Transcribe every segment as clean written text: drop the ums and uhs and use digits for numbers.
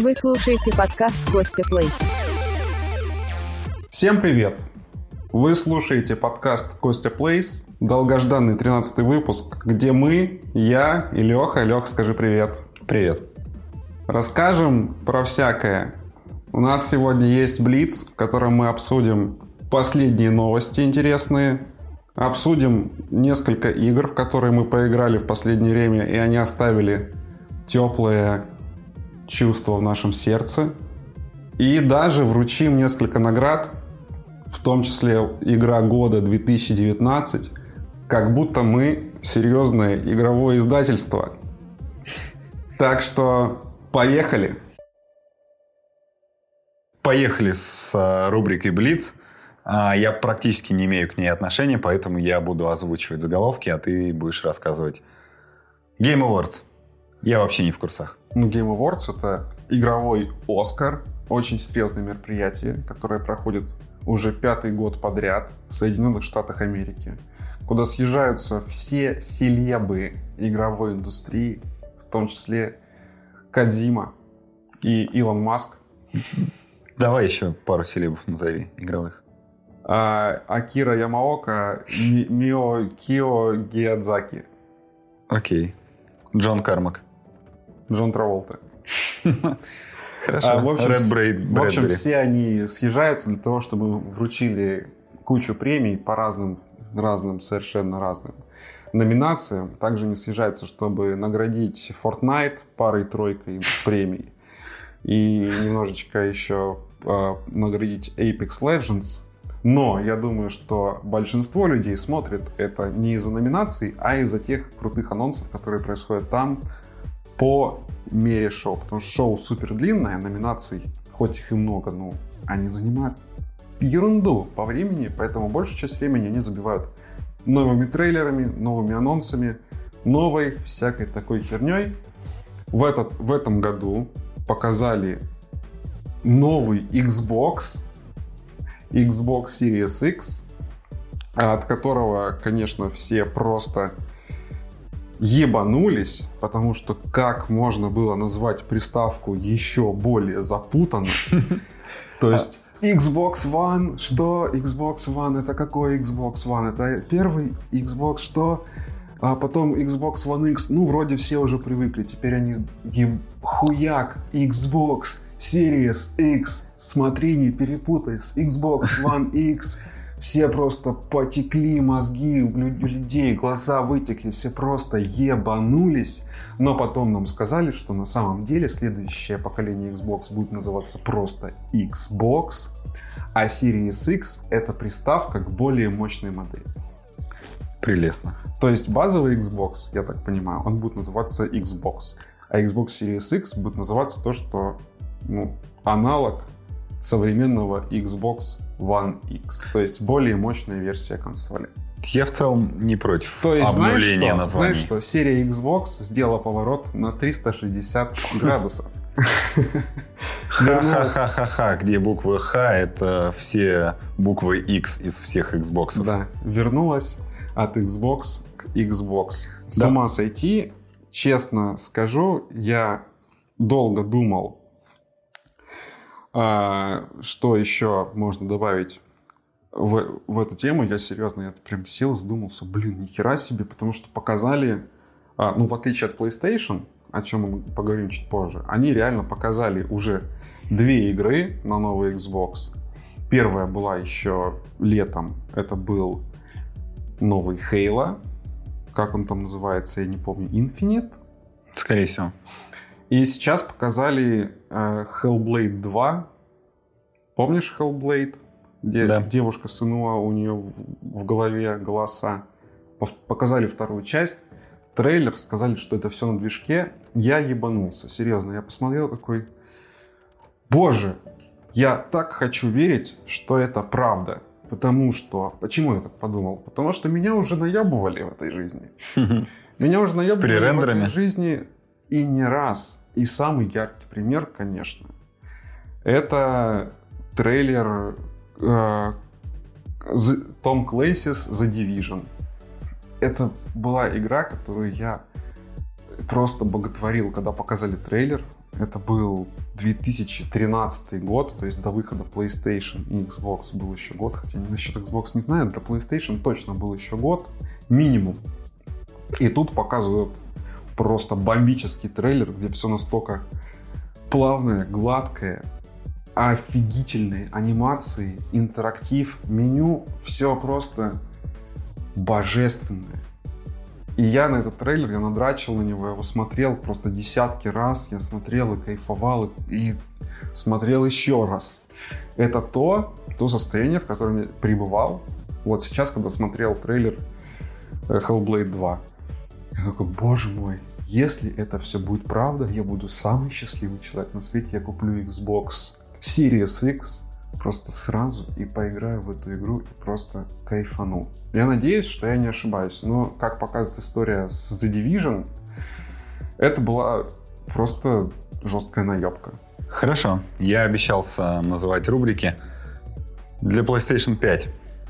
Вы слушаете подкаст Костя Плейс. Всем привет! Вы слушаете подкаст Костя Плейс, долгожданный 13-й выпуск, где мы, я и Леха. Леха, скажи привет. Привет. Расскажем про всякое. У нас сегодня есть Блиц, в котором мы обсудим последние новости интересные, обсудим несколько игр, в которые мы поиграли в последнее время, и они оставили теплое чувство в нашем сердце. И даже вручим несколько наград, в том числе Игра года 2019, как будто мы серьезное игровое издательство. Так что поехали! Поехали с рубрикой «Блиц». Я практически не имею к ней отношения, поэтому я буду озвучивать заголовки, а ты будешь рассказывать. Game Awards. Я вообще не в курсах. Game Awards — это игровой Оскар, очень серьезное мероприятие, которое проходит уже 5-й год подряд в Соединенных Штатах Америки, куда съезжаются все селебы игровой индустрии, в том числе Кодзима и Илон Маск. Давай еще пару селебов назови игровых. Акира Ямаока, Мио Кио Гиядзаки. Окей. Джон Кармак. Джон Траволта. Хорошо. В общем, все они съезжаются для того, чтобы вручили кучу премий по совершенно разным номинациям. Также они съезжаются, чтобы наградить Fortnite парой-тройкой премий. И немножечко еще наградить Apex Legends. Но я думаю, что большинство людей смотрит это не из-за номинаций, а из-за тех крутых анонсов, которые происходят там по мере шоу. Потому что шоу супер длинное, номинаций, хоть их и много, но они занимают ерунду по времени, поэтому большую часть времени они забивают новыми трейлерами, новыми анонсами, новой всякой такой херней. В этом году показали новый Xbox Series X, от которого, конечно, все просто ебанулись, потому что как можно было назвать приставку еще более запутанно? То есть Xbox One, что? Xbox One, это какой Xbox One? Это первый Xbox, что? А потом Xbox One X, вроде все уже привыкли, теперь они хуяк, Xbox Series X, смотри, не перепутай с Xbox One X. Все просто потекли мозги у людей, глаза вытекли, все просто ебанулись. Но потом нам сказали, что на самом деле следующее поколение Xbox будет называться просто Xbox, а Series X — это приставка к более мощной модели. Прелестно. То есть базовый Xbox, я так понимаю, он будет называться Xbox, а Xbox Series X будет называться то, что аналог современного Xbox One X, то есть более мощная версия консоли. Я в целом не против обнуления названий. Знаешь что? Серия Xbox сделала поворот на 360 градусов. Ха-ха-ха-ха, где буква Х — это все буквы X из всех Xbox. Да, вернулась от Xbox к Xbox. С ума сойти, честно скажу, я долго думал, что еще можно добавить в эту тему. Я прям сел, задумался, ни хера себе, потому что показали, в отличие от PlayStation, о чем мы поговорим чуть позже, они реально показали уже 2 игры на новый Xbox. Первая была еще летом, это был новый Halo, как он там называется, я не помню, Infinite? Скорее всего. И сейчас показали Hellblade 2. Помнишь Hellblade? Где девушка сынула, у нее в голове голоса. Показали вторую часть. Трейлер, сказали, что это все на движке. Я ебанулся, серьезно. Я посмотрел такой... Боже, я так хочу верить, что это правда. Почему я так подумал? Потому что меня уже наебывали в этой жизни. Меня уже наебывали в этой жизни и не раз. И самый яркий пример, конечно, это трейлер Tom Clancy's The Division. Это была игра, которую я просто боготворил, когда показали трейлер. Это был 2013 год, то есть до выхода PlayStation и Xbox был еще год. Хотя насчет Xbox не знаю, для PlayStation точно был еще год, минимум. И тут показывают просто бомбический трейлер, где все настолько плавное, гладкое, офигительные анимации, интерактив, меню, все просто божественное. И я на этот трейлер, я надрачил на него, я его смотрел просто десятки раз, я смотрел и кайфовал, и смотрел еще раз. Это то состояние, в котором я пребывал вот сейчас, когда смотрел трейлер Hellblade 2. Я такой, боже мой, если это все будет правда, я буду самый счастливый человек на свете, я куплю Xbox Series X просто сразу и поиграю в эту игру и просто кайфану. Я надеюсь, что я не ошибаюсь, но, как показывает история с The Division, это была просто жесткая наебка. Хорошо, я обещался называть рубрики. Для PlayStation 5,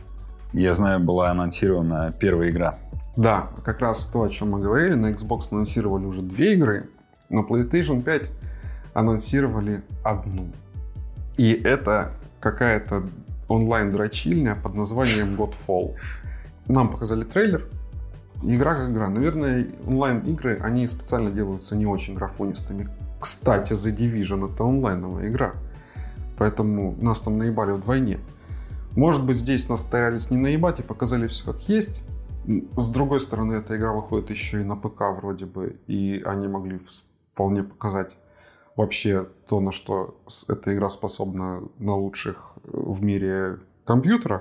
я знаю, была анонсирована первая игра. Да, как раз то, о чем мы говорили. На Xbox анонсировали уже 2 игры, на PlayStation 5 анонсировали 1. И это какая-то онлайн-дрочильня под названием Godfall. Нам показали трейлер. Игра как игра. Наверное, онлайн-игры, они специально делаются не очень графонистыми. Кстати, The Division — это онлайновая игра. Поэтому нас там наебали вдвойне. Может быть, здесь нас старались не наебать и показали все как есть. С другой стороны, эта игра выходит еще и на ПК вроде бы. И они могли вполне показать вообще то, на что эта игра способна на лучших в мире компьютерах,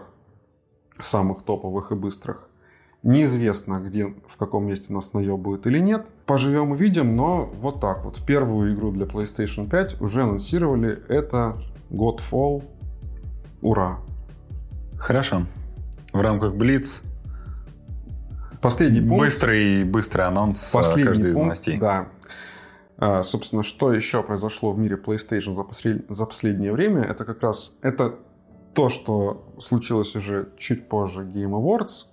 самых топовых и быстрых. Неизвестно, где, в каком месте нас наебают или нет. Поживем увидим, но вот так вот. Первую игру для PlayStation 5 уже анонсировали. Это Godfall. Ура! Хорошо. В рамках Blitz последний пункт. Быстрый анонс каждой из новостей. Да. Собственно, что еще произошло в мире PlayStation за последнее время, это как раз это то, что случилось уже чуть позже Game Awards.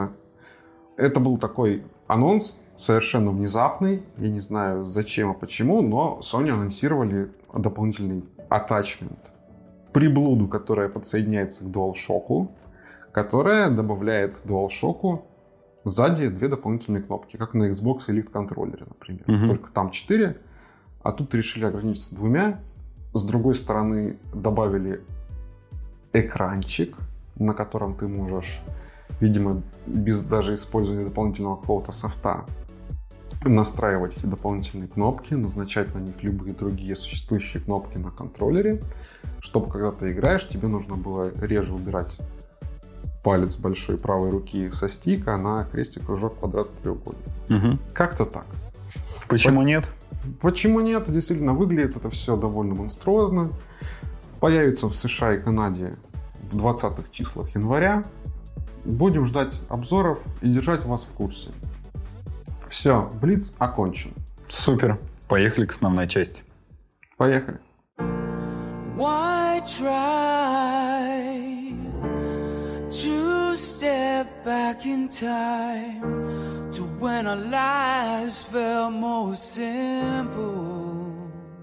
Это был такой анонс, совершенно внезапный. Я не знаю, зачем и почему, но Sony анонсировали дополнительный attachment, приблуду, которая подсоединяется к DualShock, которая добавляет DualShock сзади 2 дополнительные кнопки, как на Xbox Elite контроллере, например. Только там 4, а тут решили ограничиться 2. С другой стороны, добавили экранчик, на котором ты можешь, видимо, без даже использования дополнительного какого-то софта, настраивать эти дополнительные кнопки, назначать на них любые другие существующие кнопки на контроллере, чтобы когда ты играешь, тебе нужно было реже убирать палец большой правой руки со стика на крестик, кружок, квадрат, треугольник. Как-то так. Почему нет? Почему нет? Действительно, выглядит это все довольно монструозно. Появится в США и Канаде в 20-х числах января. Будем ждать обзоров и держать вас в курсе. Все, Блиц окончен. Супер. Поехали к основной части. Поехали. Why try to step back in time to when our lives felt most simple?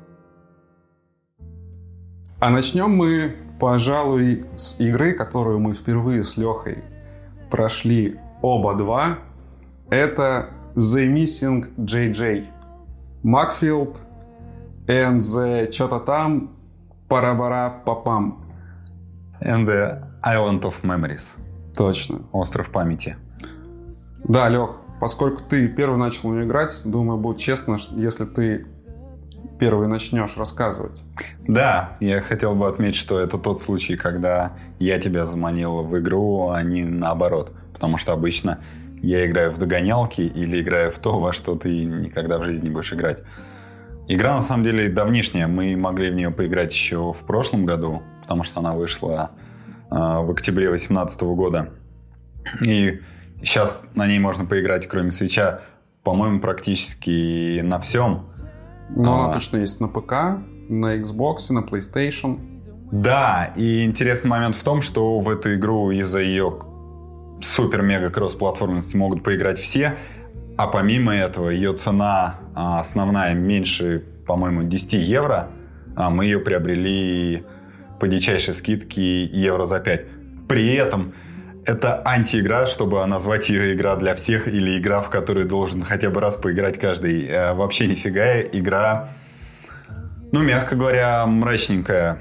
А начнем мы, пожалуй, с игры, которую мы впервые с Лехой прошли оба 2. Это The Missing JJ. Макфилд and the что-то там пара-бара-папам. And the Island of Memories. Точно. Остров памяти. Да, Лех, поскольку ты первый начал в нее играть, думаю, будет честно, если ты первый начнешь рассказывать. Да, я хотел бы отметить, что это тот случай, когда я тебя заманил в игру, а не наоборот. Потому что обычно я играю в догонялки или играю в то, во что ты никогда в жизни не будешь играть. Игра на самом деле давнишняя. Мы могли в нее поиграть еще в прошлом году, потому что она вышла в октябре 2018 года. И сейчас на ней можно поиграть, кроме Switch'а, по-моему, практически на всем. Но она точно есть на ПК, на Xbox, на PlayStation. Да, и интересный момент в том, что в эту игру из-за ее супер-мега-кросс-платформенности могут поиграть все, а помимо этого ее цена основная меньше по-моему, 10 евро, мы ее приобрели по дичайшей скидке евро за 5. При этом это антиигра, чтобы назвать ее игра для всех или игра, в которую должен хотя бы раз поиграть каждый. Вообще нифига, игра, мягко говоря, мрачненькая.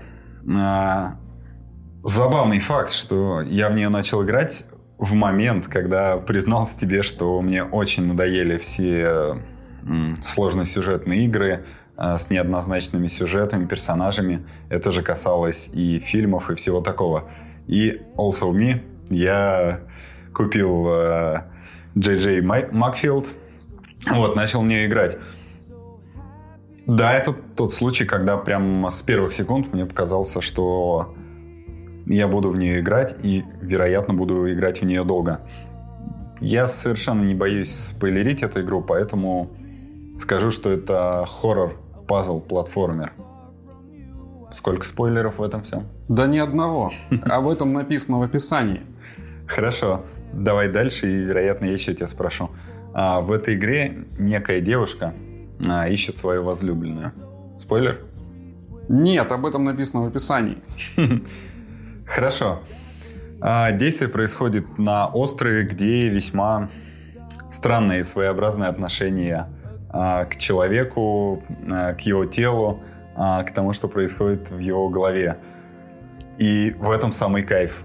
Забавный факт, что я в нее начал играть в момент, когда признался тебе, что мне очень надоели все сложносюжетные игры с неоднозначными сюжетами, персонажами. Это же касалось и фильмов, и всего такого. И Also Me я купил J.J. Макфилд, начал в нее играть. Да, это тот случай, когда прям с первых секунд мне показалось, что я буду в нее играть и, вероятно, буду играть в нее долго. Я совершенно не боюсь спойлерить эту игру, поэтому скажу, что это хоррор-пазл-платформер. Сколько спойлеров в этом всем? Да ни одного. Об этом написано в описании. Хорошо, давай дальше, и, вероятно, я еще тебя спрошу. В этой игре некая девушка ищет свою возлюбленную. Спойлер? Нет, об этом написано в описании. Хорошо. Действие происходит на острове, где весьма странные и своеобразные отношения к человеку, к его телу, к тому, что происходит в его голове. И в этом самый кайф.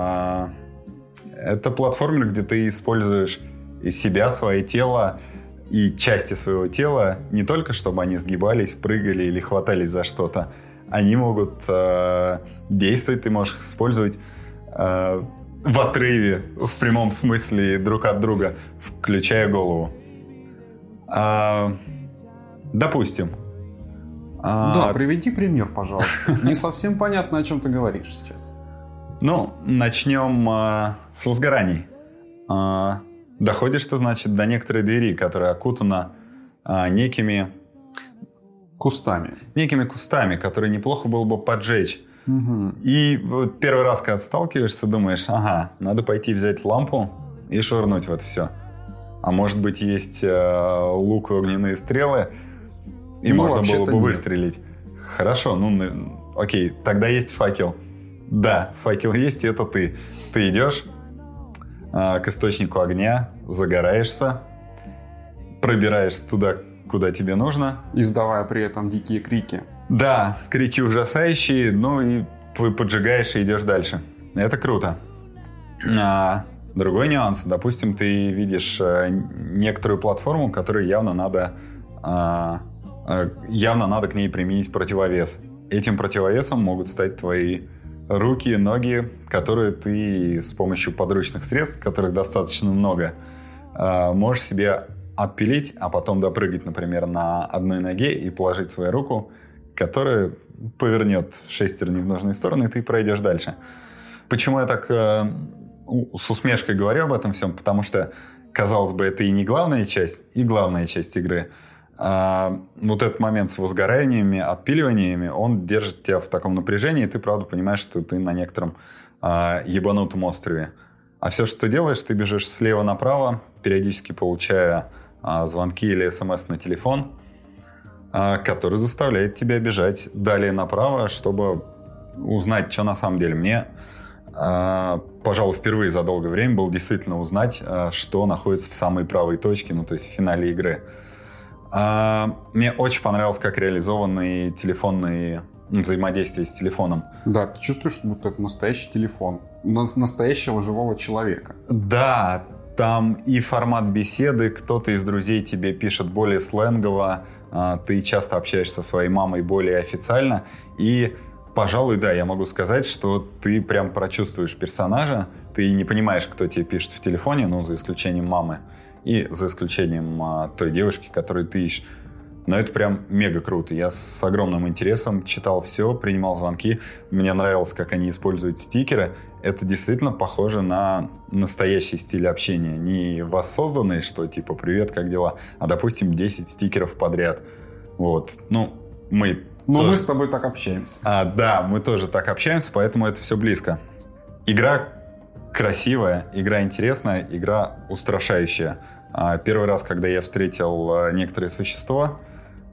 Это платформер, где ты используешь себя, свое тело и части своего тела не только, чтобы они сгибались, прыгали или хватались за что-то. Они могут действовать, ты можешь использовать в отрыве, в прямом смысле друг от друга, включая голову. Допустим. Да, приведи пример, пожалуйста. Не совсем понятно, о чем ты говоришь сейчас. Начнем с возгораний. Доходишь ты, значит, до некоторой двери, которая окутана некими кустами, которые неплохо было бы поджечь. Угу. И вот первый раз, когда сталкиваешься, думаешь, надо пойти взять лампу и швырнуть в это все. А может быть, есть лук и огненные стрелы, и можно было бы выстрелить. Хорошо, окей, тогда есть факел. Да, факел есть, и это ты. Ты идешь к источнику огня, загораешься, пробираешься туда, куда тебе нужно. Издавая при этом дикие крики. Да, крики ужасающие, и поджигаешь и идешь дальше. Это круто. Другой нюанс. Допустим, ты видишь некоторую платформу, которой явно надо к ней применить противовес. Этим противовесом могут стать твои руки, ноги, которые ты с помощью подручных средств, которых достаточно много, можешь себе отпилить, а потом допрыгать, например, на одной ноге и положить свою руку, которая повернет шестерни в нужные стороны, и ты пройдешь дальше. Почему я так с усмешкой говорю об этом всем? Потому что, казалось бы, это и не главная часть, и главная часть игры. Вот этот момент с возгораниями, отпиливаниями, он держит тебя в таком напряжении, и ты, правда, понимаешь, что ты на некотором ебанутом острове. А все, что ты делаешь, ты бежишь слева направо, периодически получая звонки или смс на телефон, который заставляет тебя бежать далее направо, чтобы узнать, что на самом деле. Мне, пожалуй, впервые за долгое время было действительно узнать, что находится в самой правой точке, то есть в финале игры. Мне очень понравилось, как реализованы телефонные взаимодействия с телефоном. Да, ты чувствуешь, будто это настоящий телефон, настоящего живого человека. Да, там и формат беседы, кто-то из друзей тебе пишет более сленгово, ты часто общаешься со своей мамой более официально, и, пожалуй, да, я могу сказать, что ты прям прочувствуешь персонажа, ты не понимаешь, кто тебе пишет в телефоне, за исключением мамы, и за исключением той девушки, которую ты ищешь. Но это прям мега круто. Я с огромным интересом читал все, принимал звонки. Мне нравилось, как они используют стикеры. Это действительно похоже на настоящий стиль общения. Не воссозданный, что типа «Привет, как дела?», а, допустим, 10 стикеров подряд. Вот. Мы с тобой так общаемся. Да, мы тоже так общаемся, поэтому это все близко. Игра красивая, игра интересная, игра устрашающая. Первый раз, когда я встретил некоторые существа,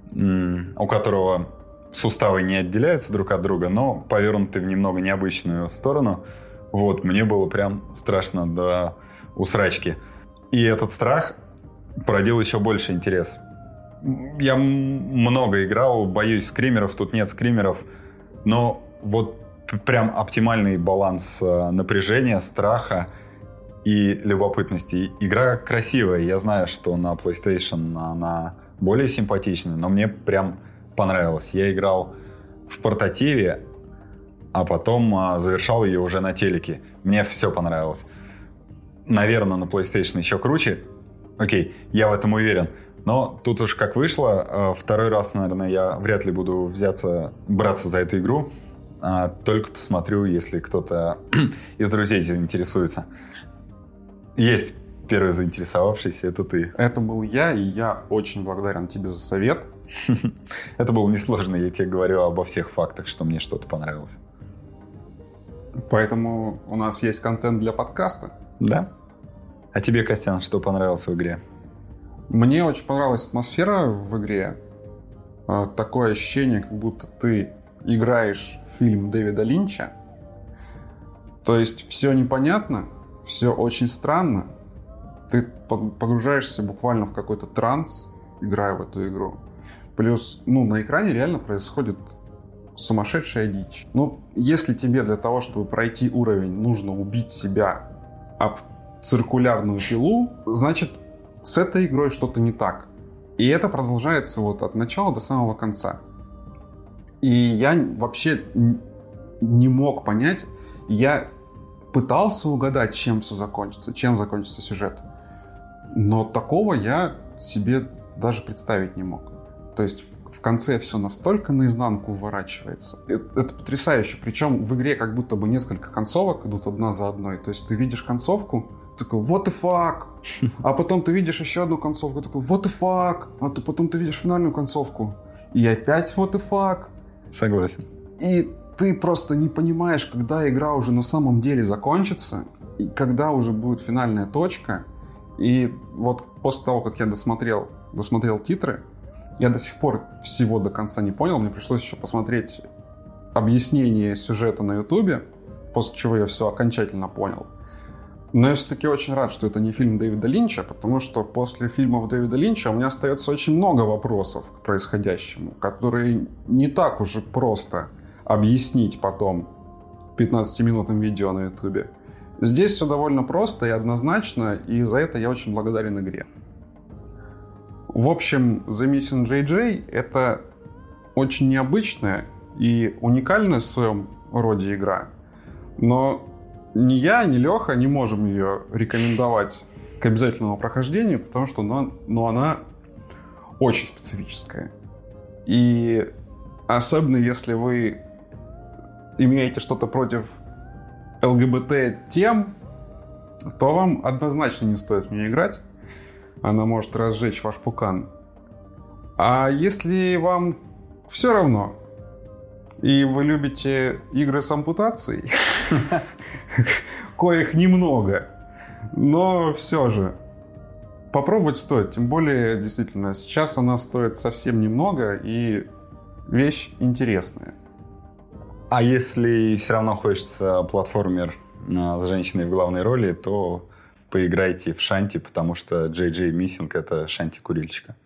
у которого суставы не отделяются друг от друга, но повернуты в немного необычную сторону. Вот, мне было прям страшно до усрачки. И этот страх породил еще больше интерес. Я много играл, боюсь скримеров, тут нет скримеров, но вот прям оптимальный баланс напряжения, страха и любопытности. Игра красивая, я знаю, что на PlayStation она более симпатичная, но мне прям понравилось. Я играл в портативе, а потом завершал ее уже на телеке. Мне все понравилось. Наверное, на PlayStation еще круче. Окей, я в этом уверен. Но тут уж как вышло, второй раз, наверное, я вряд ли буду браться за эту игру. Только посмотрю, если кто-то из друзей заинтересуется. Есть первый заинтересовавшийся, это ты. Это был я, и я очень благодарен тебе за совет. Это было несложно, я тебе говорю обо всех фактах, что мне что-то понравилось. Поэтому у нас есть контент для подкаста. Да. А тебе, Костян, что понравилось в игре? Мне очень понравилась атмосфера в игре. Такое ощущение, как будто ты играешь в фильм Дэвида Линча. То есть все непонятно, все очень странно. Ты погружаешься буквально в какой-то транс, играя в эту игру. Плюс, на экране реально происходит сумасшедшая дичь. Если тебе для того, чтобы пройти уровень, нужно убить себя об циркулярную пилу, значит, с этой игрой что-то не так. И это продолжается вот от начала до самого конца. И я вообще не мог понять, я пытался угадать, чем все закончится, чем закончится сюжет. Но такого я себе даже представить не мог. То есть в конце все настолько наизнанку выворачивается. Это потрясающе. Причем в игре как будто бы несколько концовок идут одна за одной. То есть ты видишь концовку, такой, what the fuck? А потом ты видишь еще одну концовку, такой, what the fuck? А потом ты видишь финальную концовку. И опять what the fuck? Согласен. И ты просто не понимаешь, когда игра уже на самом деле закончится, и когда уже будет финальная точка. И вот после того, как я досмотрел титры, я до сих пор всего до конца не понял. Мне пришлось еще посмотреть объяснение сюжета на Ютубе, после чего я все окончательно понял. Но я все-таки очень рад, что это не фильм Дэвида Линча, потому что после фильмов Дэвида Линча у меня остается очень много вопросов к происходящему, которые не так уже просто объяснить потом 15-минутным видео на Ютубе. Здесь все довольно просто и однозначно, и за это я очень благодарен игре. В общем, The Missing JJ — это очень необычная и уникальная в своем роде игра, но ни я, ни Леха не можем ее рекомендовать к обязательному прохождению, потому что она очень специфическая. И особенно если вы имеете что-то против ЛГБТ-тем, то вам однозначно не стоит в нее играть. Она может разжечь ваш пукан. А если вам все равно, и вы любите игры с ампутацией, коих немного, но все же попробовать стоит. Тем более, действительно, сейчас она стоит совсем немного, и вещь интересная. А если все равно хочется платформер с женщиной в главной роли, то поиграйте в Шанти, потому что JJ Missing — это Шанти-курильщика.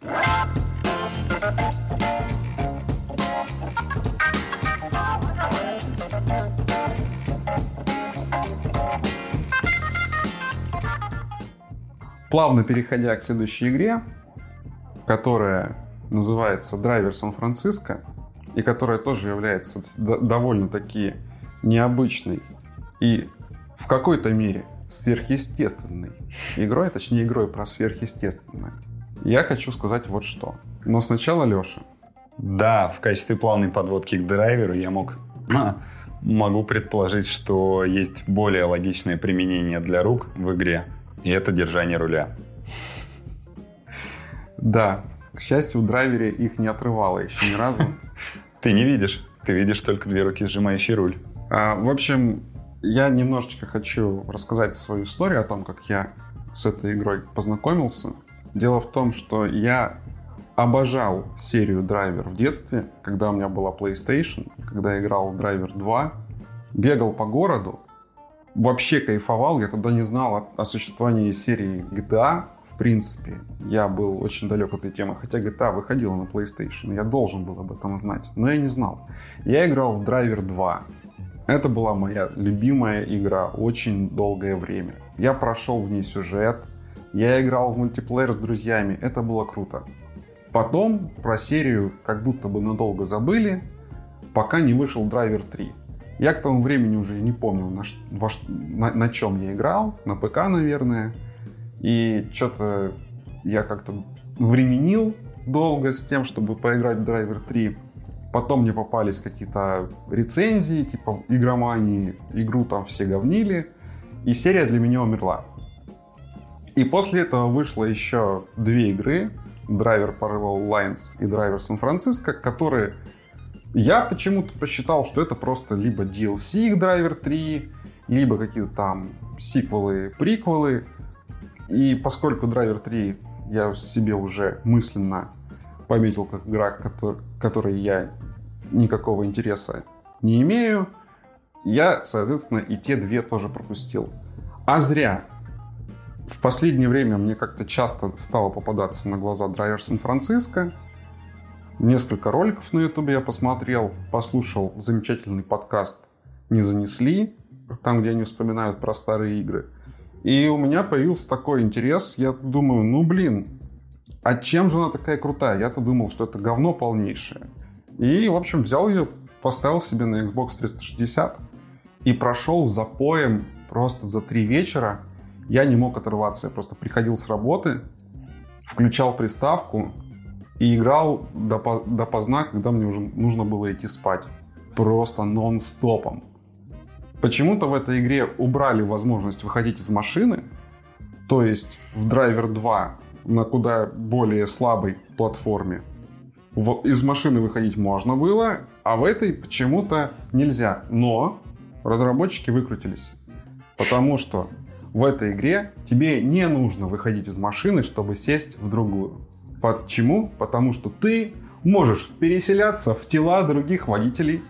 Плавно переходя к следующей игре, которая называется Драйвер Сан-Франциско, и которая тоже является довольно-таки необычной и в какой-то мере сверхъестественной игрой, точнее игрой про сверхъестественное, я хочу сказать вот что. Но сначала Леша. Да, в качестве плавной подводки к драйверу я могу предположить, что есть более логичное применение для рук в игре, и это держание руля. Да, к счастью, в драйвере их не отрывало еще ни разу. Ты не видишь. Ты видишь только две руки, сжимающие руль. В общем, я немножечко хочу рассказать свою историю о том, как я с этой игрой познакомился. Дело в том, что я обожал серию Драйвер в детстве, когда у меня была PlayStation, когда я играл в Драйвер 2, бегал по городу, вообще кайфовал. Я тогда не знал о существовании серии GTA, в принципе. Я был очень далек от этой темы, хотя GTA выходила на PlayStation, я должен был об этом знать, но я не знал. Я играл в Драйвер 2. Это была моя любимая игра очень долгое время. Я прошел в ней сюжет, я играл в мультиплеер с друзьями, это было круто. Потом про серию как будто бы надолго забыли, пока не вышел Драйвер 3. Я к тому времени уже не помню, на чем я играл, на ПК, наверное. И что-то я как-то временил долго с тем, чтобы поиграть в Драйвер 3. Потом мне попались какие-то рецензии, типа игромании, игру там все говнили. И серия для меня умерла. И после этого вышло еще 2 игры. Драйвер Parallel Lines и Драйвер Сан-Франциско, которые я почему-то посчитал, что это просто либо DLC к Драйвер 3, либо какие-то там сиквелы, приквелы. И поскольку Драйвер 3 я себе уже мысленно пометил как игра, которой я никакого интереса не имею, я, соответственно, и те 2 тоже пропустил. А зря. В последнее время мне как-то часто стало попадаться на глаза Драйвер Сан-Франциско. Несколько роликов на YouTube я посмотрел, послушал замечательный подкаст «Не занесли», там, где они вспоминают про старые игры. И у меня появился такой интерес. Я думаю, а чем же она такая крутая? Я-то думал, что это говно полнейшее. И, в общем, взял ее, поставил себе на Xbox 360 и прошел запоем просто за 3 вечера. Я не мог оторваться. Я просто приходил с работы, включал приставку и играл допоздна, когда мне уже нужно было идти спать. Просто нон-стопом. Почему-то в этой игре убрали возможность выходить из машины. То есть в Драйвер 2 на куда более слабой платформе из машины выходить можно было, а в этой почему-то нельзя. Но разработчики выкрутились. Потому что в этой игре тебе не нужно выходить из машины, чтобы сесть в другую. Почему? Потому что ты можешь переселяться в тела других водителей.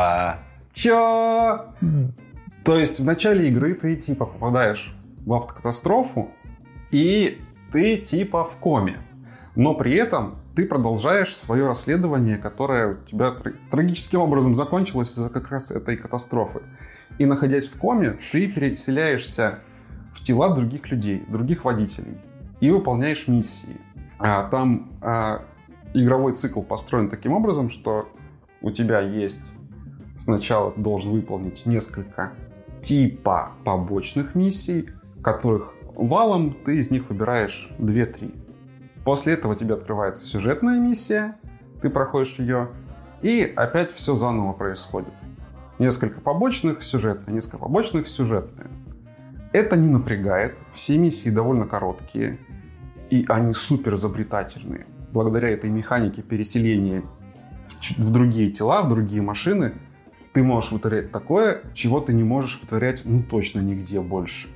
Чё? То есть в начале игры ты типа попадаешь в автокатастрофу и ты типа в коме. Но при этом ты продолжаешь свое расследование, которое у тебя трагическим образом закончилось из-за как раз этой катастрофы. И находясь в коме, ты переселяешься в тела других людей, других водителей и выполняешь миссии. Там игровой цикл построен таким образом, что у тебя есть сначала ты должен выполнить несколько типа побочных миссий, которых валом ты из них выбираешь 2-3. После этого тебе открывается сюжетная миссия, ты проходишь ее, и опять все заново происходит. Несколько побочных сюжетные, несколько побочных сюжетные. Это не напрягает, все миссии довольно короткие, и они супер изобретательные. Благодаря этой механике переселения в другие тела, в другие машины, ты можешь вытворять такое, чего ты не можешь вытворять, точно нигде больше.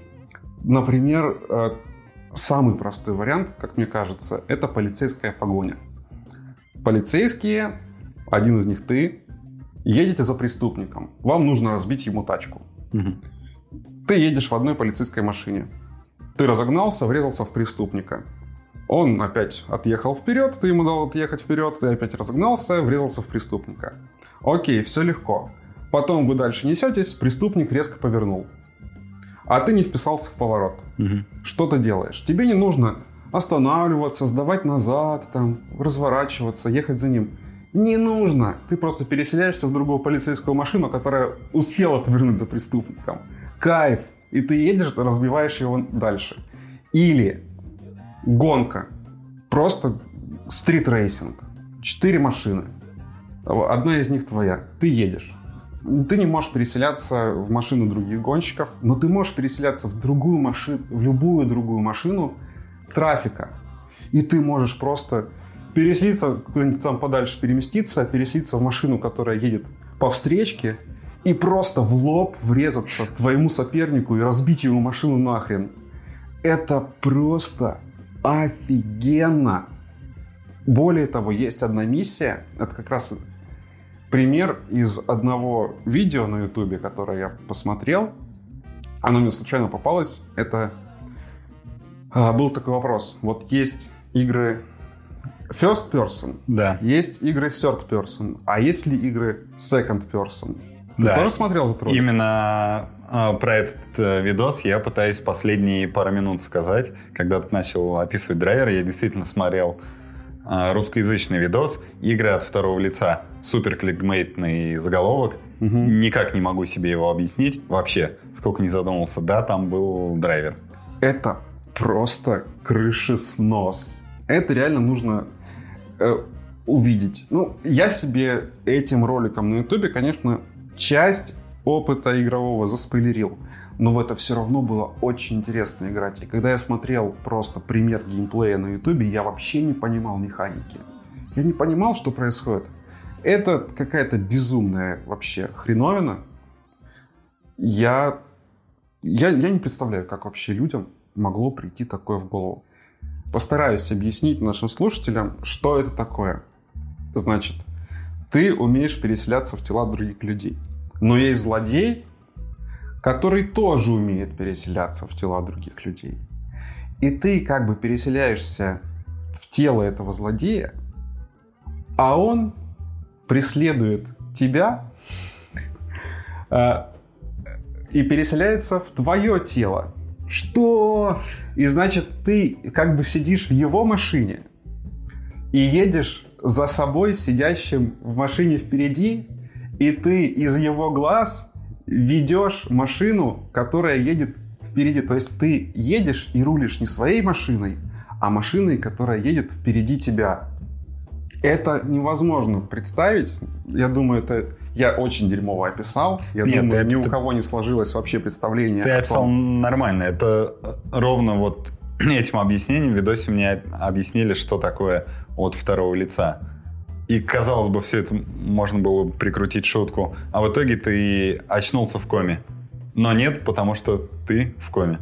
Например, самый простой вариант, как мне кажется, это полицейская погоня. Полицейские, один из них ты, едете за преступником. Вам нужно разбить ему тачку. Ты едешь в одной полицейской машине. Ты разогнался, врезался в преступника. Он опять отъехал вперед, ты ему дал отъехать вперед, ты опять разогнался, врезался в преступника. Окей, все легко. Потом вы дальше несетесь, преступник резко повернул. А ты не вписался в поворот. Что ты делаешь? Тебе не нужно останавливаться, сдавать назад, разворачиваться, ехать за ним. Не нужно. Ты просто переселяешься в другую полицейскую машину, которая успела повернуть за преступником. Кайф. И ты едешь, разбиваешь его дальше. Или гонка. Просто стрит-рейсинг. 4 машины. Одна из них твоя. Ты едешь. Ты не можешь переселяться в машину других гонщиков, но ты можешь переселяться в другую машину, в любую другую машину трафика. И ты можешь просто переселиться, куда-нибудь там подальше переместиться, переселиться в машину, которая едет по встречке, и просто в лоб врезаться твоему сопернику и разбить его машину нахрен. Это просто офигенно. Более того, есть одна миссия, это как раз пример из одного видео на Ютубе, которое я посмотрел. Оно мне случайно попалось. Это был такой вопрос. Вот есть игры first person, Да. есть игры third person, а есть ли игры second person? Ты Да. тоже смотрел этот ролик? Именно про этот видос я пытаюсь последние пару минут сказать. Когда ты начал описывать драйвер, я действительно смотрел русскоязычный видос «Игры от второго лица». Супер кликбейтный заголовок. Никак не могу себе его объяснить. Вообще, сколько не задумался, да, там был драйвер. Это просто крышеснос. Это реально нужно увидеть. Ну, я себе этим роликом на Ютубе, конечно, часть опыта игрового заспойлерил. Но в это все равно было очень интересно играть. И когда я смотрел просто пример геймплея на Ютубе, я вообще не понимал механики. Я не понимал, что происходит. Это какая-то безумная вообще хреновина. Я не представляю, как вообще людям могло прийти такое в голову. Постараюсь объяснить нашим слушателям, что это такое. Значит, ты умеешь переселяться в тела других людей. Но есть злодей, который тоже умеет переселяться в тела других людей. И ты как бы переселяешься в тело этого злодея, а он преследует тебя и переселяется в твое тело. Что? И значит, ты как бы сидишь в его машине и едешь за собой, сидящим в машине впереди, и ты из его глаз ведешь машину, которая едет впереди. То есть ты едешь и рулишь не своей машиной, а машиной, которая едет впереди тебя. Это невозможно представить. Я думаю, это я очень дерьмово описал. Я думаю, ни у кого не сложилось вообще представление. Ты описал нормально. Это ровно вот этим объяснением в видосе мне объяснили, что такое от второго лица. И, казалось бы, все это можно было бы прикрутить шутку. А в итоге ты очнулся в коме. Но нет, потому что ты в коме.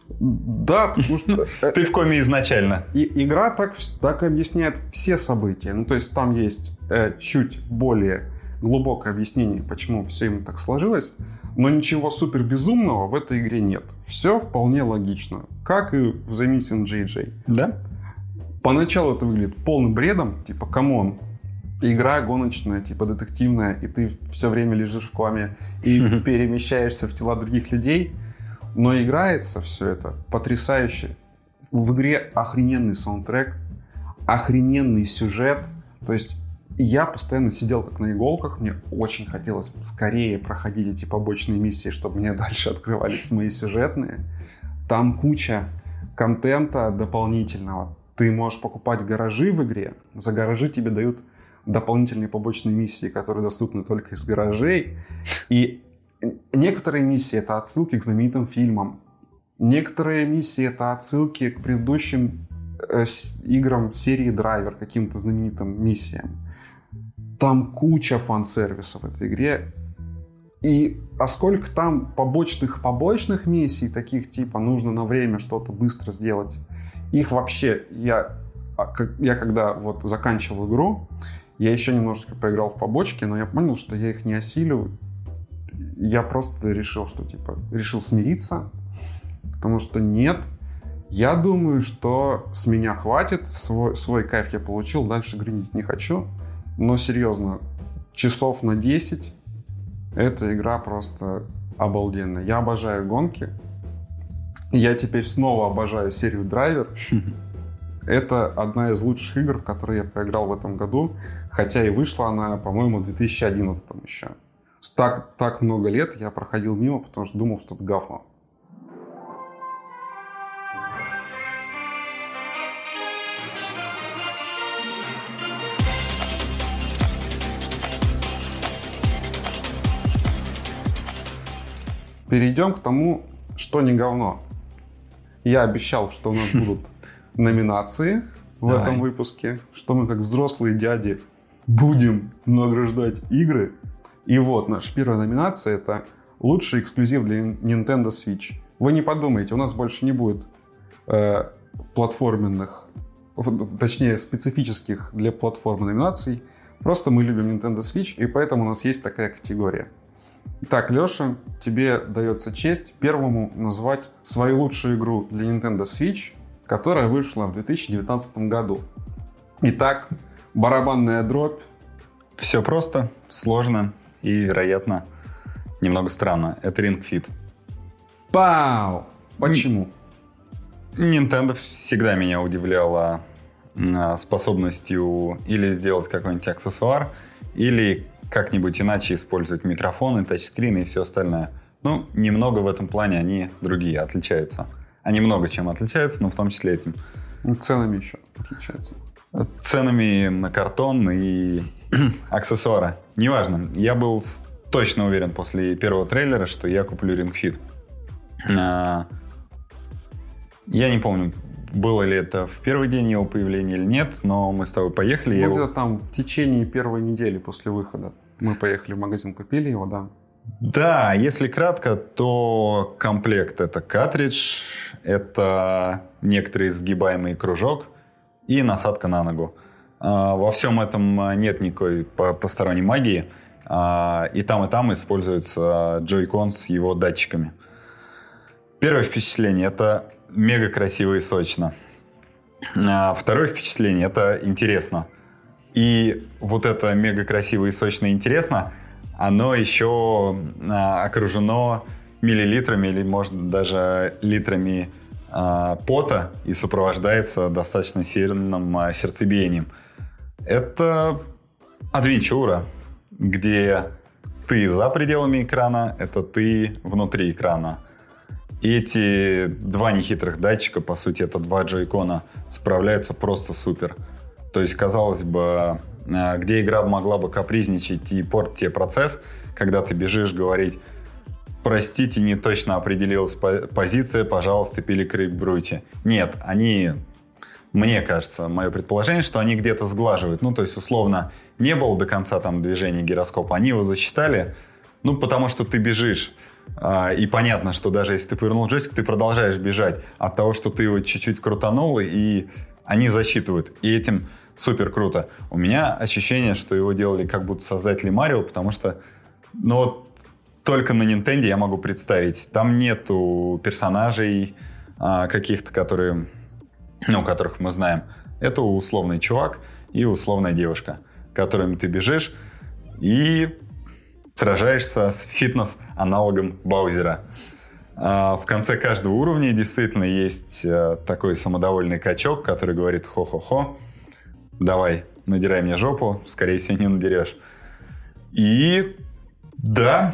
Да, потому что... Ты в коме изначально. И игра так объясняет все события. Ну, то есть там есть чуть более глубокое объяснение, почему все им так сложилось. Но ничего супер безумного в этой игре нет. Все вполне логично. Как и в The Missing JJ. Да? Поначалу это выглядит полным бредом. Типа, камон. Игра гоночная, типа детективная, и ты все время лежишь в коме и перемещаешься в тела других людей. Но играется все это потрясающе. В игре охрененный саундтрек, охрененный сюжет. То есть я постоянно сидел как на иголках. Мне очень хотелось скорее проходить эти побочные миссии, чтобы мне дальше открывались мои сюжетные. Там куча контента дополнительного. Ты можешь покупать гаражи в игре. За гаражи тебе дают дополнительные побочные миссии, которые доступны только из гаражей. И некоторые миссии — это отсылки к знаменитым фильмам. Некоторые миссии — это отсылки к предыдущим играм серии Драйвер, каким-то знаменитым миссиям. Там куча фан-сервиса в этой игре. А сколько там побочных миссий, таких типа нужно на время что-то быстро сделать. Их вообще... Я когда вот заканчивал игру, я еще немножечко поиграл в побочки, но я понял, что я их не осилю. Я просто решил, что решил смириться, потому что нет. Я думаю, что с меня хватит, свой кайф я получил, дальше гринить не хочу. Но серьезно, часов на 10 эта игра просто обалденная. Я обожаю гонки. Я теперь снова обожаю серию Драйвер. Это одна из лучших игр, в которые я поиграл в этом году. Хотя и вышла она, по-моему, в 2011 еще. Так много лет я проходил мимо, потому что думал, что это говно. Перейдем к тому, что не говно. Я обещал, что у нас будут номинации в этом выпуске, что мы, как взрослые дяди, будем награждать игры. И вот наша первая номинация — это лучший эксклюзив для Nintendo Switch. Вы не подумайте, у нас больше не будет платформенных точнее специфических для платформы номинаций. Просто мы любим Nintendo Switch, и поэтому у нас есть такая категория. Итак, Леша, тебе дается честь первому назвать свою лучшую игру для Nintendo Switch, которая вышла в 2019 году. Итак, барабанная дробь. Все просто, сложно и, вероятно, немного странно. Это Ring Fit. Пау! Почему? Nintendo всегда меня удивляла способностью или сделать какой-нибудь аксессуар, или как-нибудь иначе использовать микрофоны, тачскрины и все остальное. Ну, немного в этом плане они другие, отличаются. Они много чем отличаются, но в том числе этим. Ценами еще отличаются. Ценами на картон и аксессуары. Неважно. Я был точно уверен после первого трейлера, что я куплю Ring Fit. Я не помню, было ли это в первый день его появления или нет, но мы с тобой поехали. Ну, где-то там в течение первой недели после выхода. Мы поехали в магазин, купили его, да. Да, если кратко, то комплект — это картридж, это некоторый сгибаемый кружок и насадка на ногу. Во всем этом нет никакой посторонней магии. И там используется Joy-Con с его датчиками. Первое впечатление — это мега красиво и сочно. Второе впечатление — это интересно. И вот это мега красиво и сочно и интересно, оно еще окружено миллилитрами или, может, даже литрами пота и сопровождается достаточно сильным сердцебиением. Это адвенчура, где ты за пределами экрана, это ты внутри экрана. И эти два нехитрых датчика, по сути, это два джойкона, справляются просто супер. То есть, казалось бы, где игра могла бы капризничать и портить тебе процесс, когда ты бежишь говорить: простите, не точно определилась позиция, пожалуйста, перекалибруйте. Нет, они, мне кажется, мое предположение, что они где-то сглаживают. Ну, то есть, условно, не было до конца там движения гироскопа, они его засчитали, ну, потому что ты бежишь. И понятно, что даже если ты повернул джойстик, ты продолжаешь бежать от того, что ты его чуть-чуть крутанул, и они засчитывают. И этим супер круто. У меня ощущение, что его делали как будто создатели Марио, потому что, ну, вот только на Nintendo я могу представить. Там нету персонажей каких-то, которые, ну, которых мы знаем. Это условный чувак и условная девушка, которыми ты бежишь и сражаешься с фитнес-аналогом Баузера. В конце каждого уровня действительно есть такой самодовольный качок, который говорит: хо-хо-хо, давай, надирай мне жопу, скорее всего, не надерешь. И да,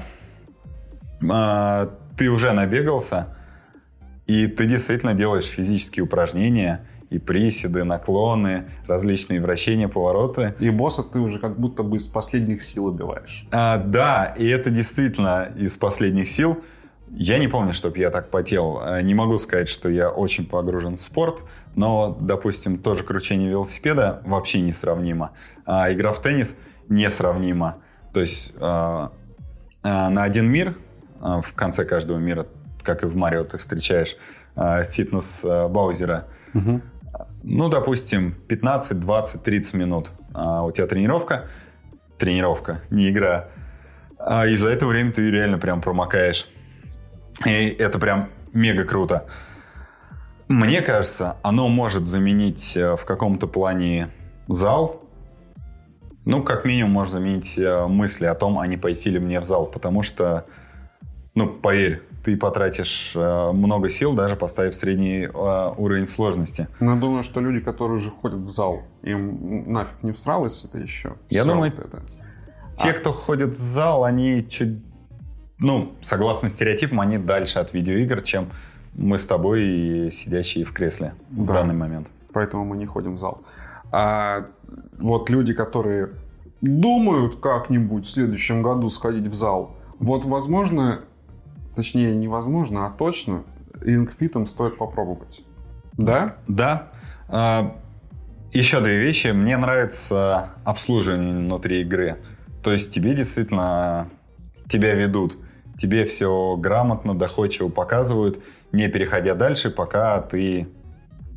ты уже набегался, и ты действительно делаешь физические упражнения, и приседы, наклоны, различные вращения, повороты. И босса ты уже как будто бы из последних сил убиваешь. Да, и это действительно из последних сил. Я не помню, чтобы я так потел. Не могу сказать, что я очень погружен в спорт, но, допустим, тоже кручение велосипеда вообще несравнимо. Игра в теннис несравнима. То есть на один мир, в конце каждого мира, как и в Марио, ты встречаешь фитнес Баузера. Угу. Ну, допустим, 15, 20, 30 минут. У тебя тренировка, не игра. И за это время ты реально прям промокаешь. И это прям мега круто. Мне кажется, оно может заменить в каком-то плане зал. Ну, как минимум, может заменить мысли о том, а не пойти ли мне в зал. Потому что, ну, поверь, ты потратишь много сил, даже поставив средний уровень сложности. Но я думаю, что люди, которые уже ходят в зал, им нафиг не всралось это еще. Я думаю, вот это. Те, кто ходит в зал, они чуть, ну, согласно стереотипам, они дальше от видеоигр, чем мы с тобой, сидящие в кресле в данный момент. Поэтому мы не ходим в зал. А вот люди, которые думают как-нибудь в следующем году сходить в зал, вот, возможно, точнее, невозможно, а точно, Ring Fit стоит попробовать. Да? Да. Еще две вещи. Мне нравится обслуживание внутри игры. То есть тебе действительно, тебя ведут. Тебе все грамотно, доходчиво показывают, не переходя дальше, пока ты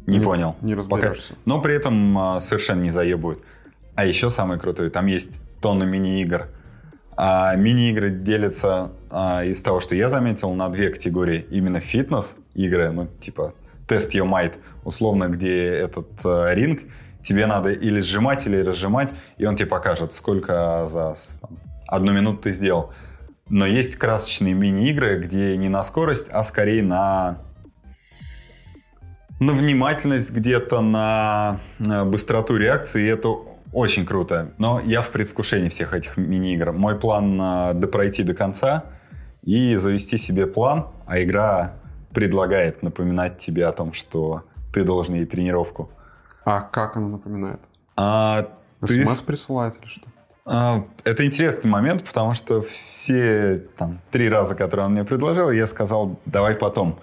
не понял. Не разберешься. Пока. Но при этом совершенно не заебывают. А еще самое крутое, там есть тонны мини-игр. А мини-игры делятся, из того, что я заметил, на две категории. Именно фитнес-игры, ну, типа Test Your Might, условно, где этот ринг, тебе надо или сжимать, или разжимать, и он тебе покажет, сколько за 1 минуту ты сделал. Но есть красочные мини-игры, где не на скорость, а скорее на внимательность, где-то на быстроту реакции, и это очень круто. Но я в предвкушении всех этих мини-игр. Мой план допройти до конца и завести себе план, а игра предлагает напоминать тебе о том, что ты должен ей тренировку. А как она напоминает? СМС присылает или что? Это интересный момент, потому что все 3 раза, которые он мне предложил, я сказал, давай потом.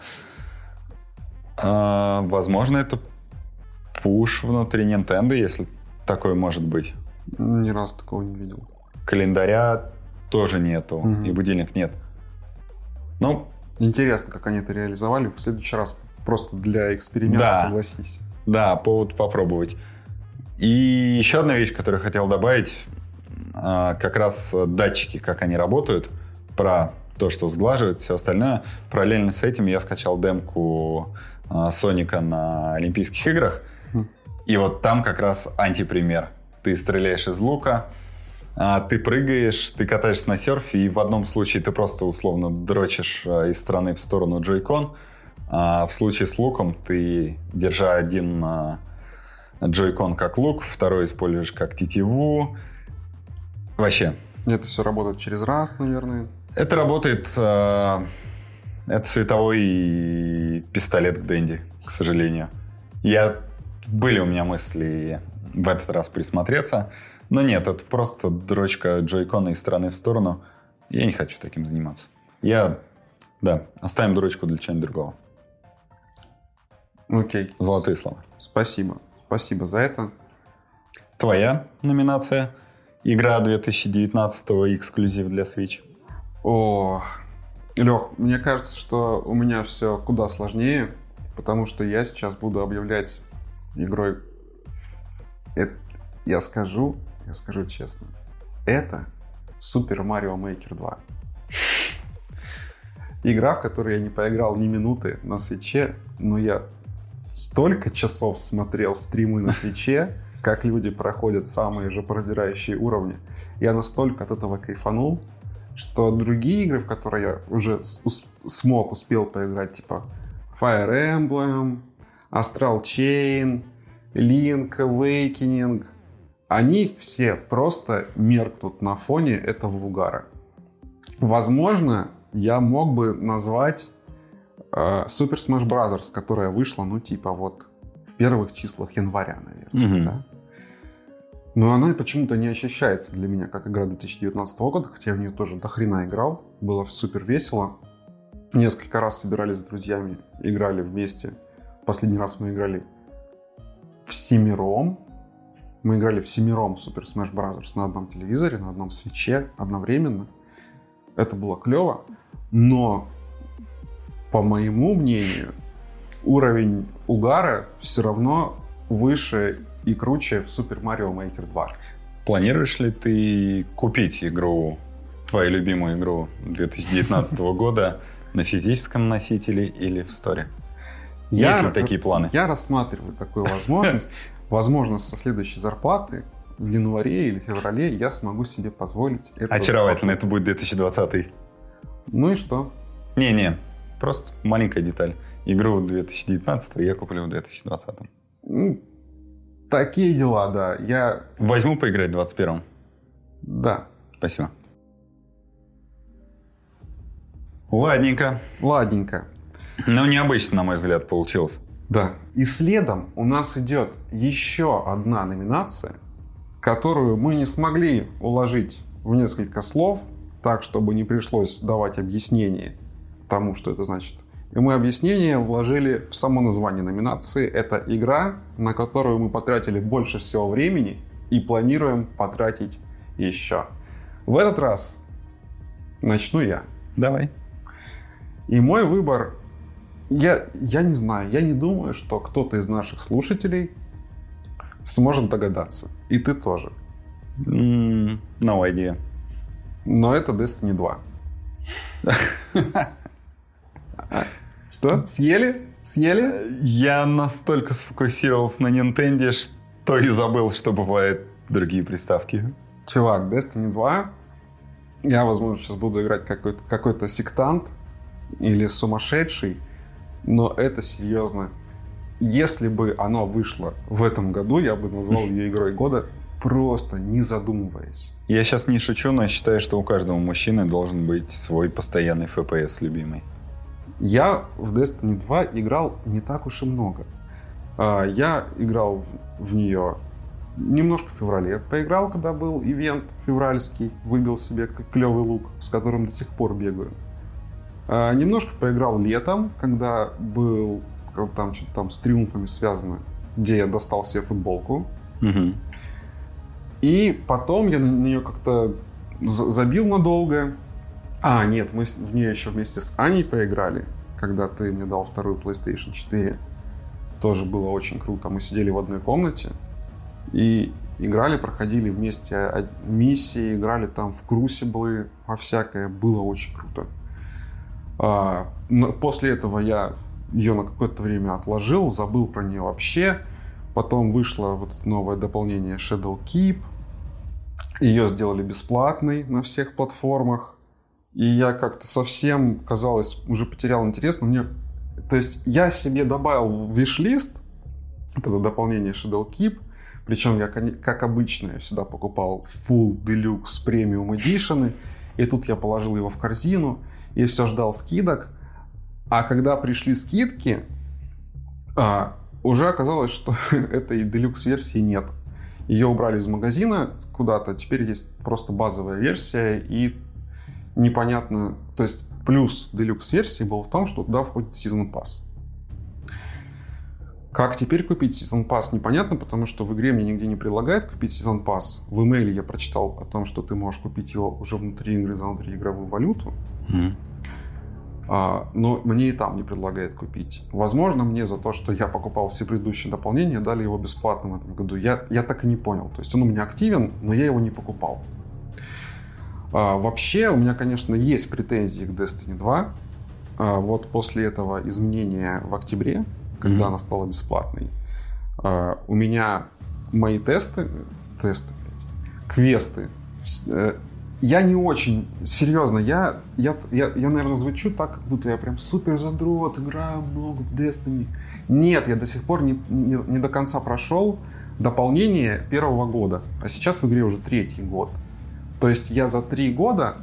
Возможно, это пуш внутри Nintendo, если такое может быть. Ни разу такого не видел. Календаря тоже нету, и будильник нет. Ну, интересно, как они это реализовали. В следующий раз просто для эксперимента, да, согласись. Да, повод попробовать. И еще одна вещь, которую я хотел добавить, как раз датчики, как они работают, про то, что сглаживают, все остальное. Параллельно с этим я скачал демку Соника на Олимпийских играх. И вот там как раз антипример. Ты стреляешь из лука, ты прыгаешь, ты катаешься на серфе, и в одном случае ты просто условно дрочишь из стороны в сторону джойкон, а в случае с луком ты, держа один джойкон как лук, второй используешь как тетиву. Вообще. Это все работает через раз, наверное. Это работает... это световой пистолет к Дэнди, к сожалению. Были у меня мысли в этот раз присмотреться, но нет, это просто дрочка джойкона из стороны в сторону. Я не хочу таким заниматься. Оставим дрочку для чего-нибудь другого. Окей. Золотые слова. Спасибо. Спасибо за это. Твоя номинация? Игра 2019-го, эксклюзив для Switch. Лех, мне кажется, что у меня все куда сложнее, потому что я сейчас буду объявлять игрой... Я скажу честно. Это Super Mario Maker 2. Игра, в которой я не поиграл ни минуты на Switch'е, но я столько часов смотрел стримы на Твиче, как люди проходят самые жопораздирающие уровни. Я настолько от этого кайфанул, что другие игры, в которые я уже успел поиграть, типа Fire Emblem, Astral Chain, Link Awakening, они все просто меркнут на фоне этого угара. Возможно, я мог бы назвать Super Smash Bros., которая вышла, в первых числах января, наверное. Да? Но она почему-то не ощущается для меня как игра 2019 года, хотя я в нее тоже дохрена играл. Было супер весело. Несколько раз собирались с друзьями, играли вместе. Последний раз мы играли всемиром. Мы играли всемиром Super Smash Bros. На одном телевизоре, на одном свитче одновременно. Это было клево. Но, по моему мнению, уровень угара все равно выше и круче в Super Mario Maker 2. Планируешь ли ты купить игру, твою любимую игру 2019 года на физическом носителе или в сторе? Есть ли такие планы? Я рассматриваю такую возможность. Возможно, со следующей зарплаты в январе или феврале я смогу себе позволить это. Очаровательно, это будет 2020. Ну и что? Не, просто маленькая деталь. Игру 2019 я куплю в 2020. Такие дела, да. Я возьму поиграть в 21-м. Да. Спасибо. Ладненько. Но необычно, на мой взгляд, получилось. Да. И следом у нас идет еще одна номинация, которую мы не смогли уложить в несколько слов, так, чтобы не пришлось давать объяснение тому, что это значит. И мы объяснение вложили в само название номинации. Это игра, на которую мы потратили больше всего времени и планируем потратить еще. В этот раз начну я. Давай. И мой выбор Я не знаю, я не думаю, что кто-то из наших слушателей сможет догадаться. И ты тоже. No idea. Но это Destiny 2. Что? Съели? Я настолько сфокусировался на Nintendo, что и забыл, что бывают другие приставки. Чувак, Destiny 2. Я, возможно, сейчас буду играть какой-то сектант или сумасшедший, но это серьезно. Если бы оно вышло в этом году, я бы назвал ее игрой года, просто не задумываясь. Я сейчас не шучу, но я считаю, что у каждого мужчины должен быть свой постоянный FPS любимый. Я в Destiny 2 играл не так уж и много. Я играл в нее немножко в феврале. Поиграл, когда был ивент февральский. Выбил себе клевый лук, с которым до сих пор бегаю. Немножко поиграл летом, когда был там что-то там с триумфами связано, где я достал себе футболку. Угу. И потом я на нее как-то забил надолго. Нет, мы в нее еще вместе с Аней поиграли, когда ты мне дал вторую PlayStation 4. Тоже было очень круто. Мы сидели в одной комнате и играли, проходили вместе миссии, играли там в крусиблы, во всякое. Было очень круто. После этого я ее на какое-то время отложил, забыл про нее вообще. Потом вышло вот новое дополнение Shadow Keep. Ее сделали бесплатной на всех платформах. И я как-то совсем, казалось, уже потерял интерес. То есть я себе добавил в виш-лист это дополнение Shadow Keep. Причем я, как обычно, я всегда покупал Full Deluxe Premium Edition. И тут я положил его в корзину. И все ждал скидок. А когда пришли скидки, уже оказалось, что этой Deluxe-версии нет. Ее убрали из магазина куда-то. Теперь есть просто базовая версия. И непонятно... То есть плюс Deluxe-версии был в том, что туда входит Season Pass. Как теперь купить Season Pass, непонятно, потому что в игре мне нигде не предлагают купить Season Pass. В имейле я прочитал о том, что ты можешь купить его уже внутри игры за внутриигровую валюту. Но мне и там не предлагают купить. Возможно, мне за то, что я покупал все предыдущие дополнения, дали его бесплатно в этом году. Я так и не понял. То есть он у меня активен, но я его не покупал. Вообще, у меня, конечно, есть претензии к Destiny 2. Вот после этого изменения в октябре, когда она стала бесплатной, у меня мои квесты, я не очень, серьезно, я, наверное, звучу так, как будто я прям супер задрот, играю много в Destiny. Нет, я до сих пор не до конца прошел дополнение первого года, а сейчас в игре уже 3-й год. То есть я за 3 года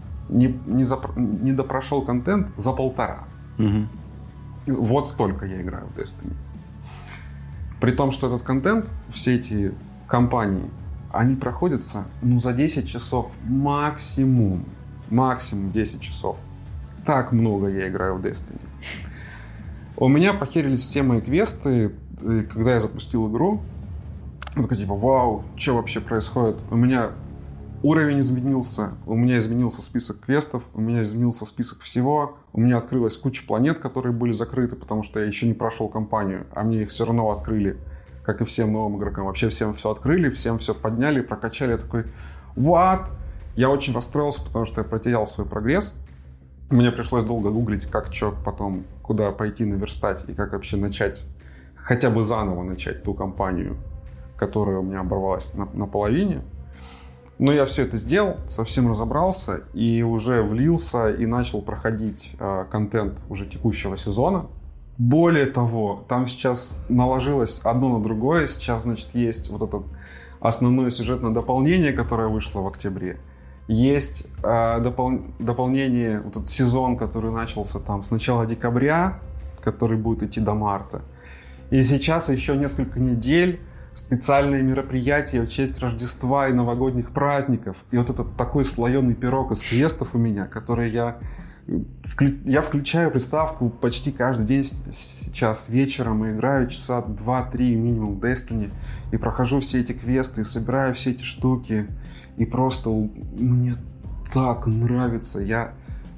не допрошел контент за 1,5. Вот столько я играю в Destiny. При том, что этот контент, все эти кампании, они проходятся за 10 часов максимум. Максимум 10 часов. Так много я играю в Destiny. У меня похерились все мои квесты. И когда я запустил игру, я такой типа, вау, что вообще происходит? У меня уровень изменился, у меня изменился список квестов, у меня изменился список всего, у меня открылась куча планет, которые были закрыты, потому что я еще не прошел кампанию, а мне их все равно открыли, как и всем новым игрокам. Вообще всем все открыли, всем все подняли, прокачали. Я такой, what? Я очень расстроился, потому что я потерял свой прогресс. Мне пришлось долго гуглить, как что потом, куда пойти наверстать и как вообще начать, хотя бы заново начать ту кампанию, которая у меня оборвалась на половине. Но я все это сделал, совсем разобрался и уже влился и начал проходить контент уже текущего сезона. Более того, там сейчас наложилось одно на другое. Сейчас, значит, есть вот это основное сюжетное дополнение, которое вышло в октябре. Есть дополнение, вот этот сезон, который начался там с начала декабря, который будет идти до марта. И сейчас еще несколько недель специальные мероприятия в честь Рождества и новогодних праздников. И вот этот такой слоеный пирог из квестов у меня, который я включаю приставку почти каждый день сейчас вечером и играю часа 2-3 минимум в Destiny. И прохожу все эти квесты, и собираю все эти штуки. И просто мне так нравится.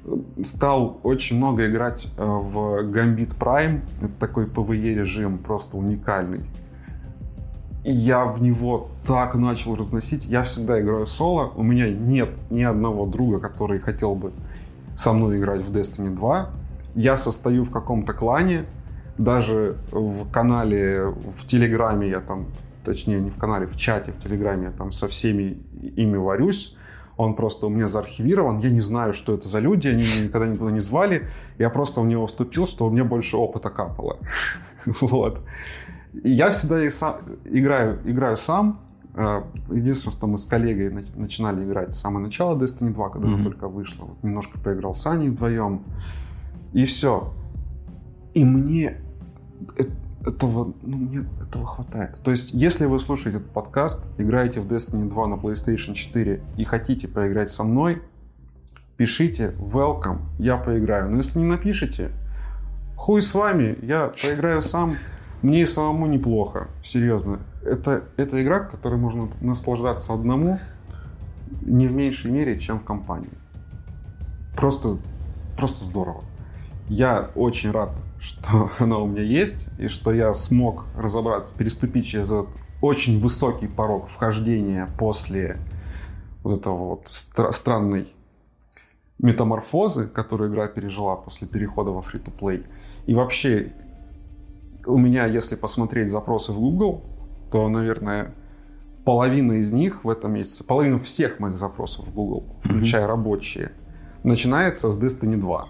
стал очень много играть в Gambit Prime. Это такой PvE режим, просто уникальный. И я в него так начал разносить. Я всегда играю соло. У меня нет ни одного друга, который хотел бы со мной играть в Destiny 2. Я состою в каком-то клане. Даже в канале, в Телеграме я там, точнее не в канале, в чате в Телеграме я там со всеми ими варюсь. Он просто у меня заархивирован. Я не знаю, что это за люди. Они меня никогда никуда не звали. Я просто в него вступил, что у меня больше опыта капало. Вот. И я всегда играю сам. Единственное, что мы с коллегой начинали играть с самого начала Destiny 2, когда она только вышла. Вот немножко поиграл с Аней вдвоем. И все. И мне этого хватает. То есть, если вы слушаете этот подкаст, играете в Destiny 2 на PlayStation 4 и хотите поиграть со мной, пишите welcome, я поиграю. Но если не напишите, хуй с вами, я поиграю сам. Мне и самому неплохо, серьезно. Это игра, которой можно наслаждаться одному не в меньшей мере, чем в компании. Просто здорово. Я очень рад, что она у меня есть, и что я смог разобраться, переступить через этот очень высокий порог вхождения после вот этого вот странной метаморфозы, которую игра пережила после перехода во free-to-play. И вообще, у меня, если посмотреть запросы в Google, то, наверное, половина из них в этом месяце, половина всех моих запросов в Google, включая рабочие, начинается с Destiny 2.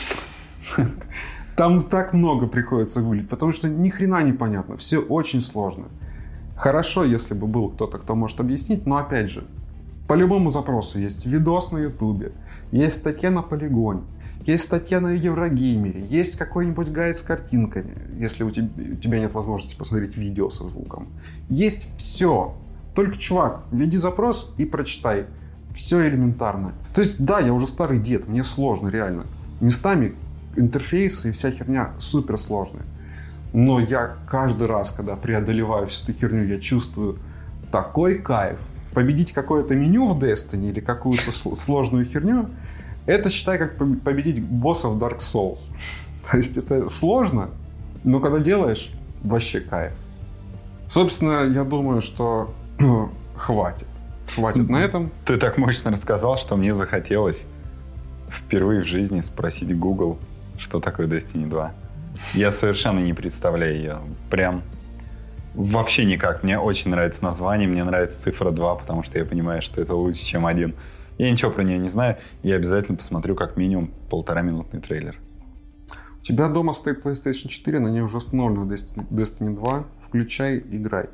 Там так много приходится гуглить, потому что ни хрена не понятно, все очень сложно. Хорошо, если бы был кто-то, кто может объяснить, но опять же, по любому запросу есть видос на Ютубе, есть статья на Полигоне, есть статья на Еврогеймере, есть какой-нибудь гайд с картинками, если у тебя нет возможности посмотреть видео со звуком. Есть все. Только, чувак, введи запрос и прочитай. Все элементарно. То есть, да, я уже старый дед, мне сложно, реально. Местами интерфейсы и вся херня супер сложная. Но я каждый раз, когда преодолеваю всю эту херню, я чувствую такой кайф. Победить какое-то меню в Destiny или какую-то сложную херню, это, считай, как победить босса в Dark Souls. То есть это сложно, но когда делаешь, вообще кайф. Собственно, я думаю, что хватит. Хватит на этом. Ты так мощно рассказал, что мне захотелось впервые в жизни спросить Google, что такое Destiny 2. Я совершенно не представляю ее. Прям вообще никак. Мне очень нравится название, мне нравится цифра 2, потому что я понимаю, что это лучше, чем 1. Я ничего про нее не знаю. Я обязательно посмотрю как минимум 1,5-минутный трейлер. У тебя дома стоит PlayStation 4, на ней уже установлена Destiny 2. Включай, играй.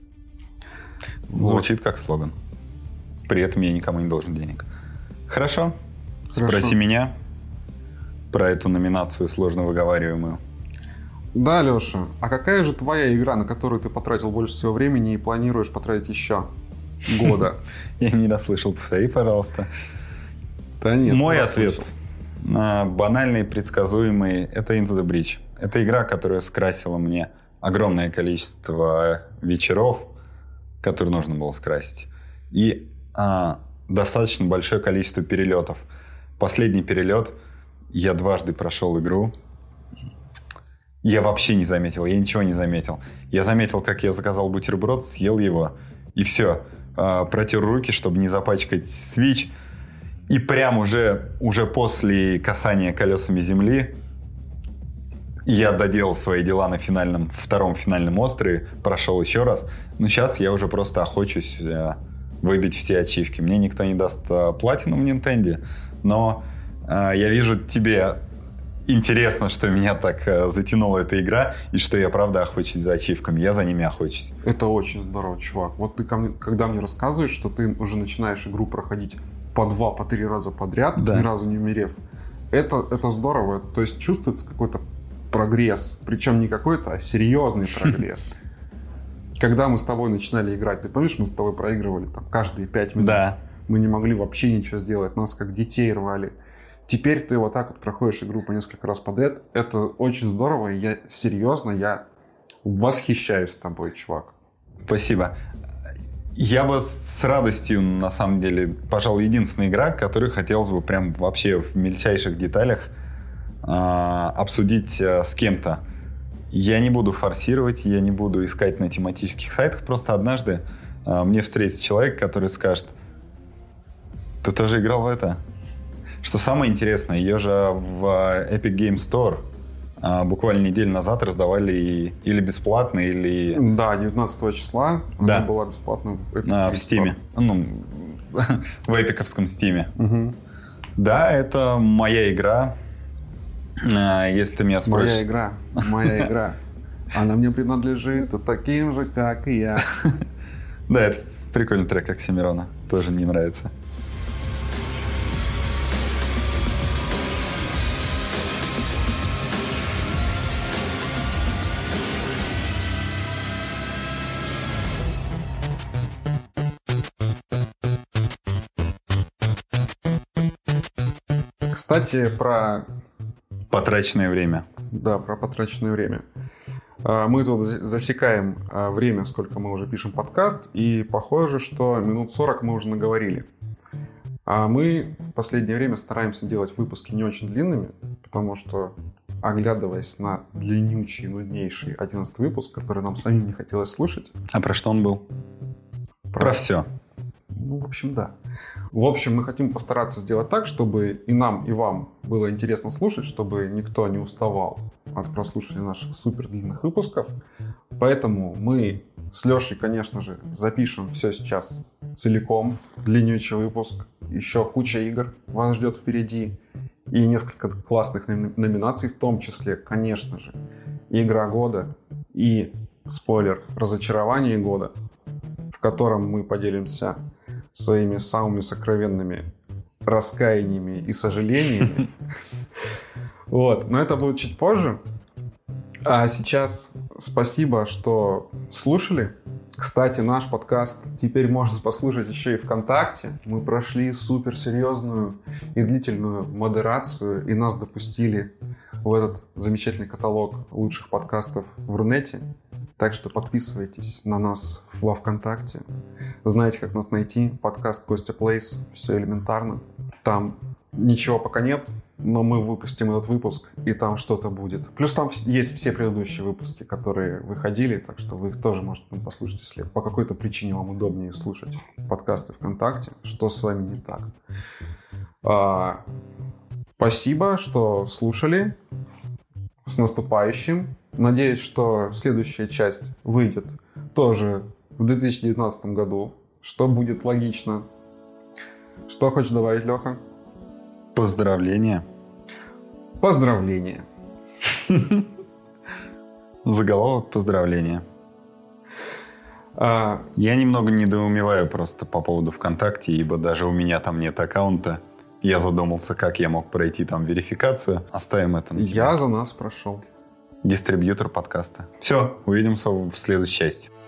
Звучит как слоган. При этом я никому не должен денег. Хорошо. Спроси меня про эту номинацию сложно выговариваемую. Да, Леша. А какая же твоя игра, на которую ты потратил больше всего времени и планируешь потратить еще года? Я не расслышал. Повтори, пожалуйста. Да нет. Мой ответ банальный и предсказуемый. Это Into the Breach. Это игра, которая скрасила мне огромное количество вечеров, которые нужно было скрасить. И достаточно большое количество перелетов. Последний перелет я дважды прошел игру. Я вообще не заметил, я ничего не заметил. Я заметил, как я заказал бутерброд, съел его, и все. Протер руки, чтобы не запачкать Switch. И прям уже после касания колесами земли я доделал свои дела на втором финальном острове, прошел еще раз. Но сейчас я уже просто охочусь выбить все ачивки. Мне никто не даст платину в Nintendo, но я вижу, тебе интересно, что меня так затянула эта игра, и что я правда охочусь за ачивками. Я за ними охочусь. Это очень здорово, чувак. Вот ты когда мне рассказываешь, что ты уже начинаешь игру проходить по 2-3 раза подряд, ни разу не умерев, это здорово. То есть чувствуется какой-то прогресс. Причем не какой-то, а серьезный прогресс. Когда мы с тобой начинали играть, ты помнишь, мы с тобой проигрывали там каждые 5 минут? Да. Мы не могли вообще ничего сделать. Нас как детей рвали. Теперь ты вот так вот проходишь игру по несколько раз подряд. Это очень здорово. И я восхищаюсь тобой, чувак. Спасибо. Я бы с радостью, на самом деле, пожалуй, единственная игра, которую хотелось бы прям вообще в мельчайших деталях обсудить с кем-то. Я не буду форсировать, я не буду искать на тематических сайтах. Просто однажды мне встретится человек, который скажет: ты тоже играл в это? Что самое интересное, ее же в Epic Games Store буквально неделю назад раздавали или бесплатно, или... Да, 19 числа да. Она была бесплатна в Epic Games в Steam. Ну, в эпиковском Steam. Угу. Да, это моя игра. Если ты меня спросишь... Моя игра. Она мне принадлежит таким же, как и я. Да, это прикольный трек Оксимирона. Тоже мне нравится. Кстати, про... Потраченное время. Да, про потраченное время. Мы тут засекаем время, сколько мы уже пишем подкаст, и похоже, что минут 40 мы уже наговорили. А мы в последнее время стараемся делать выпуски не очень длинными, потому что, оглядываясь на длиннючий, нуднейший 11 выпуск, который нам самим не хотелось слушать... А про что он был? Про все. Ну, в общем, да. В общем, мы хотим постараться сделать так, чтобы и нам, и вам было интересно слушать, чтобы никто не уставал от прослушивания наших супер длинных выпусков. Поэтому мы с Лешей, конечно же, запишем все сейчас целиком, длиннючий выпуск. Еще куча игр вас ждет впереди. И несколько классных номинаций, в том числе, конечно же, игра года и, спойлер, разочарование года, в котором мы поделимся своими самыми сокровенными раскаяниями и сожалениями. Вот. Но это будет чуть позже. А сейчас спасибо, что слушали. Кстати, наш подкаст теперь можно послушать еще и ВКонтакте. Мы прошли суперсерьезную и длительную модерацию, и нас допустили в этот замечательный каталог лучших подкастов в Рунете. Так что подписывайтесь на нас во ВКонтакте. Знаете, как нас найти. Подкаст Костя Plays. Все элементарно. Там ничего пока нет, но мы выпустим этот выпуск, и там что-то будет. Плюс там есть все предыдущие выпуски, которые выходили, так что вы их тоже можете послушать, если по какой-то причине вам удобнее слушать подкасты ВКонтакте. Что с вами не так? Спасибо, что слушали. С наступающим. Надеюсь, что следующая часть выйдет тоже в 2019 году, что будет логично. Что хочешь добавить, Леха? Поздравления. Поздравления. Заголовок поздравления. Я немного недоумеваю просто по поводу ВКонтакте, ибо даже у меня там нет аккаунта. Я задумался, как я мог пройти там верификацию. Оставим это на тебя. Я за нас прошел. Дистрибьютор подкаста. Все, увидимся в следующей части.